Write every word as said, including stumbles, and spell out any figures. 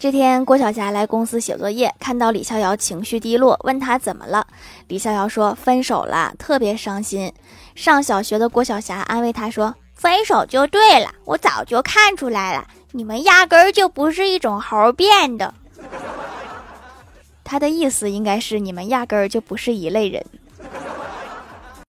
这天郭晓霞来公司写作业，看到李逍遥情绪低落，问他怎么了。李逍遥说分手了，特别伤心。上小学的郭晓霞安慰他说，分手就对了，我早就看出来了，你们压根儿就不是一种猴变的。他的意思应该是你们压根儿就不是一类人。